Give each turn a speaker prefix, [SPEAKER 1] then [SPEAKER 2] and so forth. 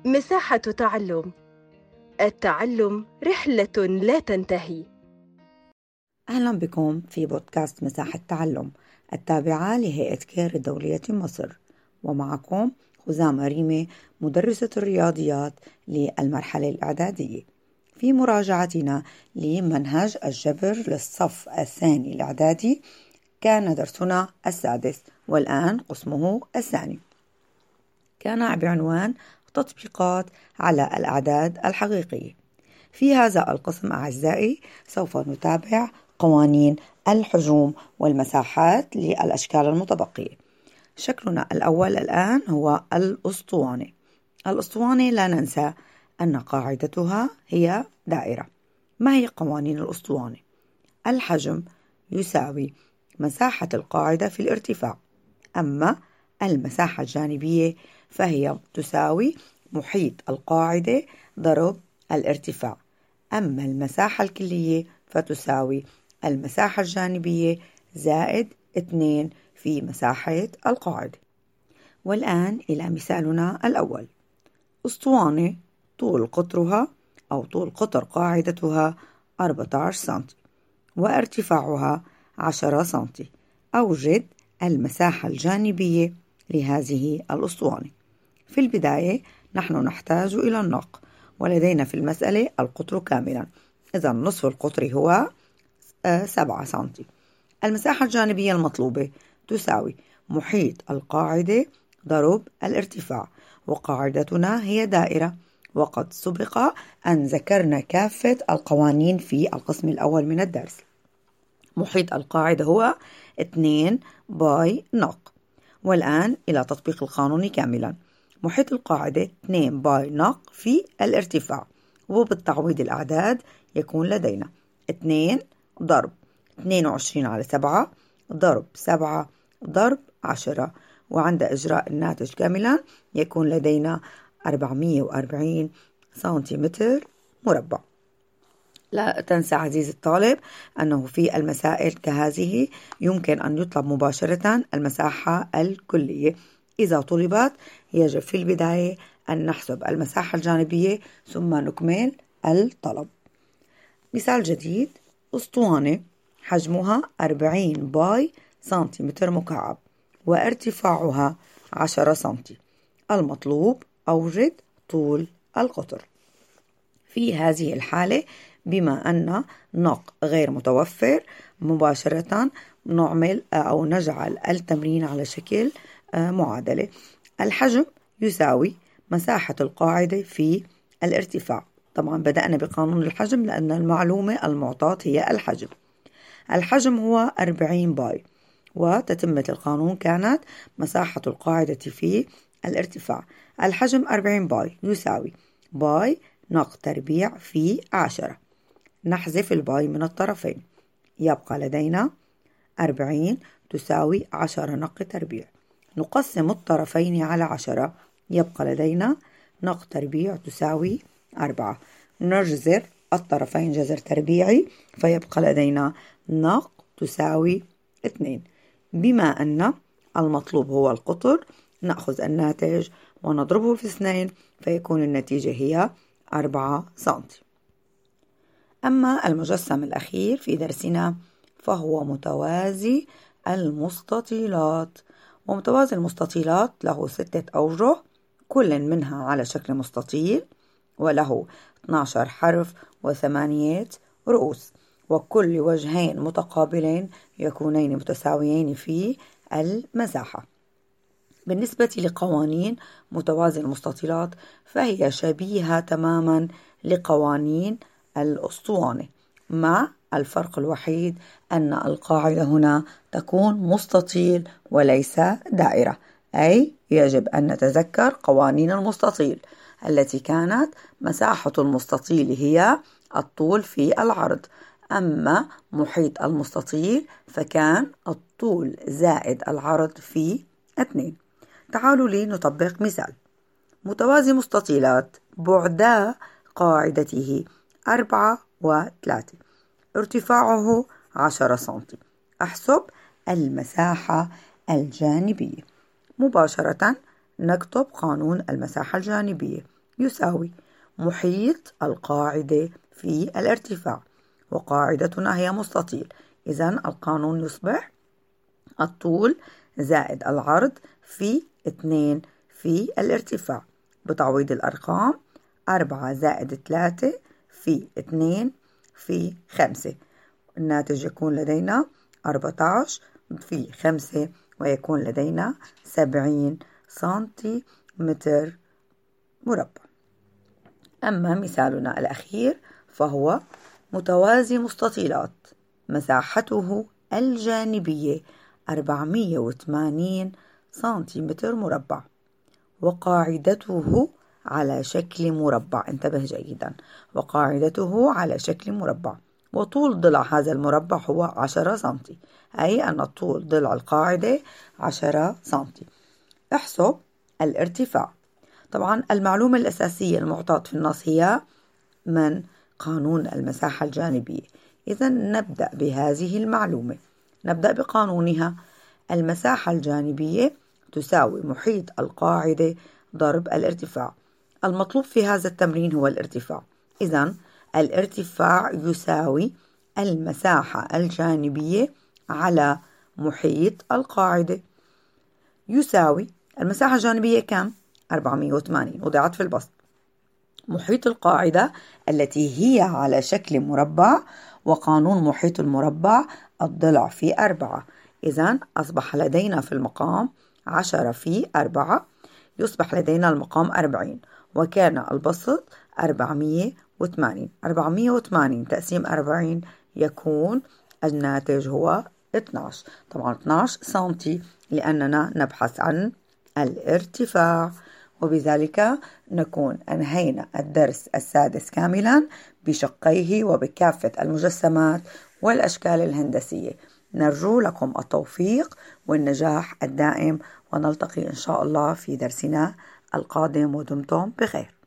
[SPEAKER 1] مساحة تعلم. التعلم رحلة لا تنتهي.
[SPEAKER 2] أهلا بكم في بودكاست مساحة تعلم التابعة لهيئة كير الدولية مصر، ومعكم خزامة ريمة مدرسة الرياضيات للمرحلة الإعدادية. في مراجعتنا لمنهج الجبر للصف الثاني الإعدادي كان درسنا السادس، والآن قسمه الثاني كان بعنوان تطبيقات على الأعداد الحقيقية. في هذا القسم أعزائي سوف نتابع قوانين الحجوم والمساحات للأشكال المتبقية. شكلنا الأول الآن هو الأسطوانة. الأسطوانة لا ننسى أن قاعدتها هي دائرة. ما هي قوانين الأسطوانة؟ الحجم يساوي مساحة القاعدة في الارتفاع، أما المساحة الجانبية فهي تساوي محيط القاعدة ضرب الارتفاع، أما المساحة الكلية فتساوي المساحة الجانبية زائد 2 في مساحة القاعدة. والآن إلى مثالنا الأول. أسطوانة طول قطرها أو طول قطر قاعدتها 14 سنتي وارتفاعها 10 سنتي. أوجد المساحة الجانبية لهذه الأسطوانة. في البداية نحن نحتاج إلى النق، ولدينا في المسألة القطر كاملا، إذا نصف القطر هو 7 سنتي. المساحة الجانبية المطلوبة تساوي محيط القاعدة ضرب الارتفاع، وقاعدتنا هي دائرة، وقد سبق أن ذكرنا كافة القوانين في القسم الأول من الدرس. محيط القاعدة هو 2 باي نق. والآن إلى تطبيق القانون كاملا. محيط القاعدة 2 باي نق في الارتفاع، وبالتعويض الأعداد يكون لدينا 2 ضرب 22 على 7 ضرب 7 ضرب 10، وعند إجراء الناتج كاملا يكون لدينا 440 سنتيمتر مربع. لا تنسى عزيزي الطالب أنه في المسائل كهذه يمكن أن يطلب مباشرة المساحة الكلية. إذا طلبت يجب في البداية أن نحسب المساحة الجانبية ثم نكمل الطلب. مثال جديد: أسطوانة حجمها 40 باي سنتيمتر مكعب وارتفاعها 10 سنتي. المطلوب أوجد طول القطر. في هذه الحالة بما أن نق غير متوفر مباشرة نعمل أو نجعل التمرين على شكل معادلة. الحجم يساوي مساحة القاعدة في الارتفاع. طبعا بدأنا بقانون الحجم لأن المعلومة المعطاة هي الحجم. الحجم هو 40 باي، وتتمة القانون كانت مساحة القاعدة في الارتفاع. الحجم 40 باي يساوي باي نق تربيع في 10. نحذف الباي من الطرفين، يبقى لدينا 40 تساوي 10 نق تربيع. نقسم الطرفين على 10، يبقى لدينا نق تربيع تساوي 4. نجذر الطرفين جذر تربيعي فيبقى لدينا نق تساوي 2. بما أن المطلوب هو القطر نأخذ الناتج ونضربه في 2 فيكون النتيجة هي 4 سنتي. أما المجسم الأخير في درسنا فهو متوازي المستطيلات. ومتوازي المستطيلات له 6 أوجه، كل منها على شكل مستطيل وله 12 حرف و8 رؤوس، وكل وجهين متقابلين يكونين متساويين في المساحة. بالنسبة لقوانين متوازي المستطيلات فهي شبيهة تماما لقوانين الأسطوانة، مع الفرق الوحيد أن القاعدة هنا تكون مستطيل وليس دائرة، أي يجب أن نتذكر قوانين المستطيل التي كانت مساحة المستطيل هي الطول في العرض، أما محيط المستطيل فكان الطول زائد العرض في 2. تعالوا لي نطبق مثال. متوازي مستطيلات بعدا قاعدته 4 و3، ارتفاعه 10 سنتي. أحسب المساحة الجانبية. مباشرة نكتب قانون المساحة الجانبية. يساوي محيط القاعدة في الارتفاع، وقاعدتنا هي مستطيل. إذن القانون يصبح الطول زائد العرض في 2 في الارتفاع. بتعويض الأرقام 4 زائد 3 في 2 في 5. الناتج يكون لدينا 14 في 5 ويكون لدينا 70 سنتيمتر مربع. أما مثالنا الأخير فهو متوازي مستطيلات مساحته الجانبية 480 سنتيمتر مربع، وقاعدته على شكل مربع. انتبه جيدا، وقاعدته على شكل مربع، وطول ضلع هذا المربع هو 10 سنتي، أي أن طول ضلع القاعدة 10 سنتي. احسب الارتفاع. طبعا المعلومة الأساسية المعطاة في النص هي من قانون المساحة الجانبية. إذا نبدأ بهذه المعلومة، نبدأ بقانونها. المساحة الجانبية تساوي محيط القاعدة ضرب الارتفاع. المطلوب في هذا التمرين هو الارتفاع. إذن الارتفاع يساوي المساحة الجانبية على محيط القاعدة. يساوي المساحة الجانبية كم؟ 480 وضعت في البسط. محيط القاعدة التي هي على شكل مربع، وقانون محيط المربع الضلع في 4. إذن أصبح لدينا في المقام 10 في 4، يصبح لدينا المقام 40، وكان البسط 480. 480 تقسيم 40 يكون الناتج هو 12. طبعا 12 سنتي لأننا نبحث عن الارتفاع. وبذلك نكون أنهينا الدرس السادس كاملا بشقيه وبكافة المجسمات والأشكال الهندسية. نرجو لكم التوفيق والنجاح الدائم، ونلتقي إن شاء الله في درسنا القادم، ودمتم بخير.